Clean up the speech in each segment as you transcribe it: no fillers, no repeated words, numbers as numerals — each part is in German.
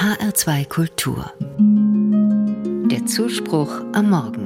HR2 Kultur. Der Zuspruch am Morgen.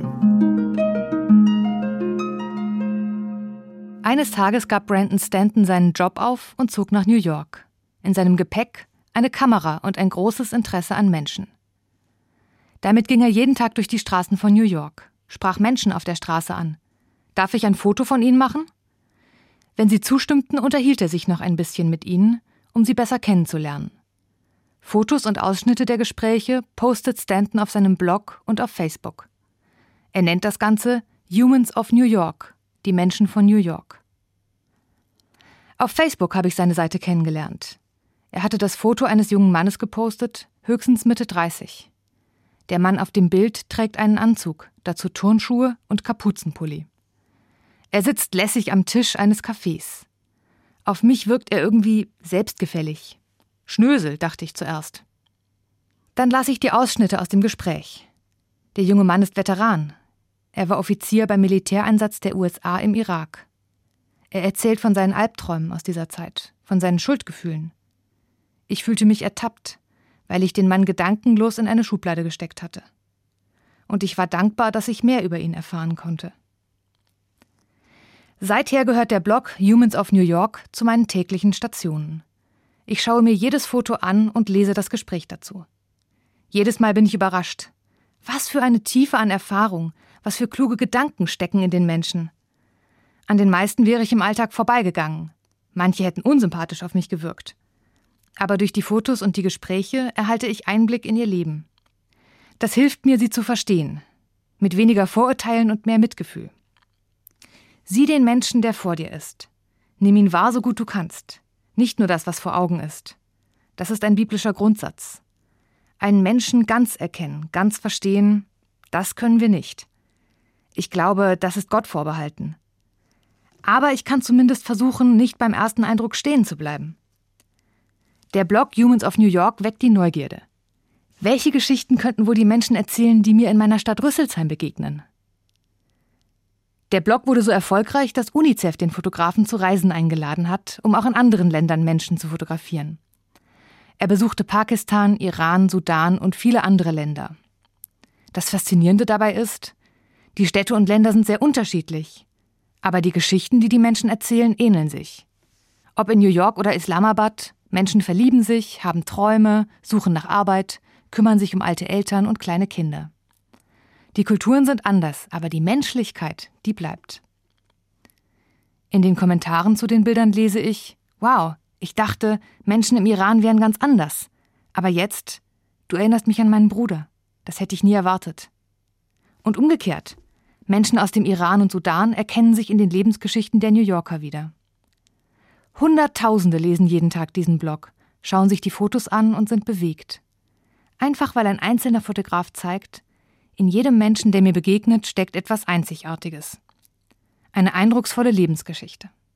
Eines Tages gab Brandon Stanton seinen Job auf und zog nach New York. In seinem Gepäck eine Kamera und ein großes Interesse an Menschen. Damit ging er jeden Tag durch die Straßen von New York, sprach Menschen auf der Straße an. Darf ich ein Foto von Ihnen machen? Wenn sie zustimmten, unterhielt er sich noch ein bisschen mit ihnen, um sie besser kennenzulernen. Fotos und Ausschnitte der Gespräche postet Stanton auf seinem Blog und auf Facebook. Er nennt das Ganze Humans of New York, die Menschen von New York. Auf Facebook habe ich seine Seite kennengelernt. Er hatte das Foto eines jungen Mannes gepostet, höchstens Mitte 30. Der Mann auf dem Bild trägt einen Anzug, dazu Turnschuhe und Kapuzenpulli. Er sitzt lässig am Tisch eines Cafés. Auf mich wirkt er irgendwie selbstgefällig. Schnösel, dachte ich zuerst. Dann las ich die Ausschnitte aus dem Gespräch. Der junge Mann ist Veteran. Er war Offizier beim Militäreinsatz der USA im Irak. Er erzählt von seinen Albträumen aus dieser Zeit, von seinen Schuldgefühlen. Ich fühlte mich ertappt, weil ich den Mann gedankenlos in eine Schublade gesteckt hatte. Und ich war dankbar, dass ich mehr über ihn erfahren konnte. Seither gehört der Blog Humans of New York zu meinen täglichen Stationen. Ich schaue mir jedes Foto an und lese das Gespräch dazu. Jedes Mal bin ich überrascht. Was für eine Tiefe an Erfahrung, was für kluge Gedanken stecken in den Menschen. An den meisten wäre ich im Alltag vorbeigegangen. Manche hätten unsympathisch auf mich gewirkt. Aber durch die Fotos und die Gespräche erhalte ich Einblick in ihr Leben. Das hilft mir, sie zu verstehen. Mit weniger Vorurteilen und mehr Mitgefühl. Sieh den Menschen, der vor dir ist. Nimm ihn wahr, so gut du kannst. Nicht nur das, was vor Augen ist. Das ist ein biblischer Grundsatz. Einen Menschen ganz erkennen, ganz verstehen, das können wir nicht. Ich glaube, das ist Gott vorbehalten. Aber ich kann zumindest versuchen, nicht beim ersten Eindruck stehen zu bleiben. Der Blog Humans of New York weckt die Neugierde. Welche Geschichten könnten wohl die Menschen erzählen, die mir in meiner Stadt Rüsselsheim begegnen? Der Blog wurde so erfolgreich, dass UNICEF den Fotografen zu Reisen eingeladen hat, um auch in anderen Ländern Menschen zu fotografieren. Er besuchte Pakistan, Iran, Sudan und viele andere Länder. Das Faszinierende dabei ist, die Städte und Länder sind sehr unterschiedlich, aber die Geschichten, die die Menschen erzählen, ähneln sich. Ob in New York oder Islamabad, Menschen verlieben sich, haben Träume, suchen nach Arbeit, kümmern sich um alte Eltern und kleine Kinder. Die Kulturen sind anders, aber die Menschlichkeit, die bleibt. In den Kommentaren zu den Bildern lese ich: Wow, ich dachte, Menschen im Iran wären ganz anders. Aber jetzt, du erinnerst mich an meinen Bruder. Das hätte ich nie erwartet. Und umgekehrt, Menschen aus dem Iran und Sudan erkennen sich in den Lebensgeschichten der New Yorker wieder. Hunderttausende lesen jeden Tag diesen Blog, schauen sich die Fotos an und sind bewegt. Einfach weil ein einzelner Fotograf zeigt, in jedem Menschen, der mir begegnet, steckt etwas Einzigartiges. Eine eindrucksvolle Lebensgeschichte.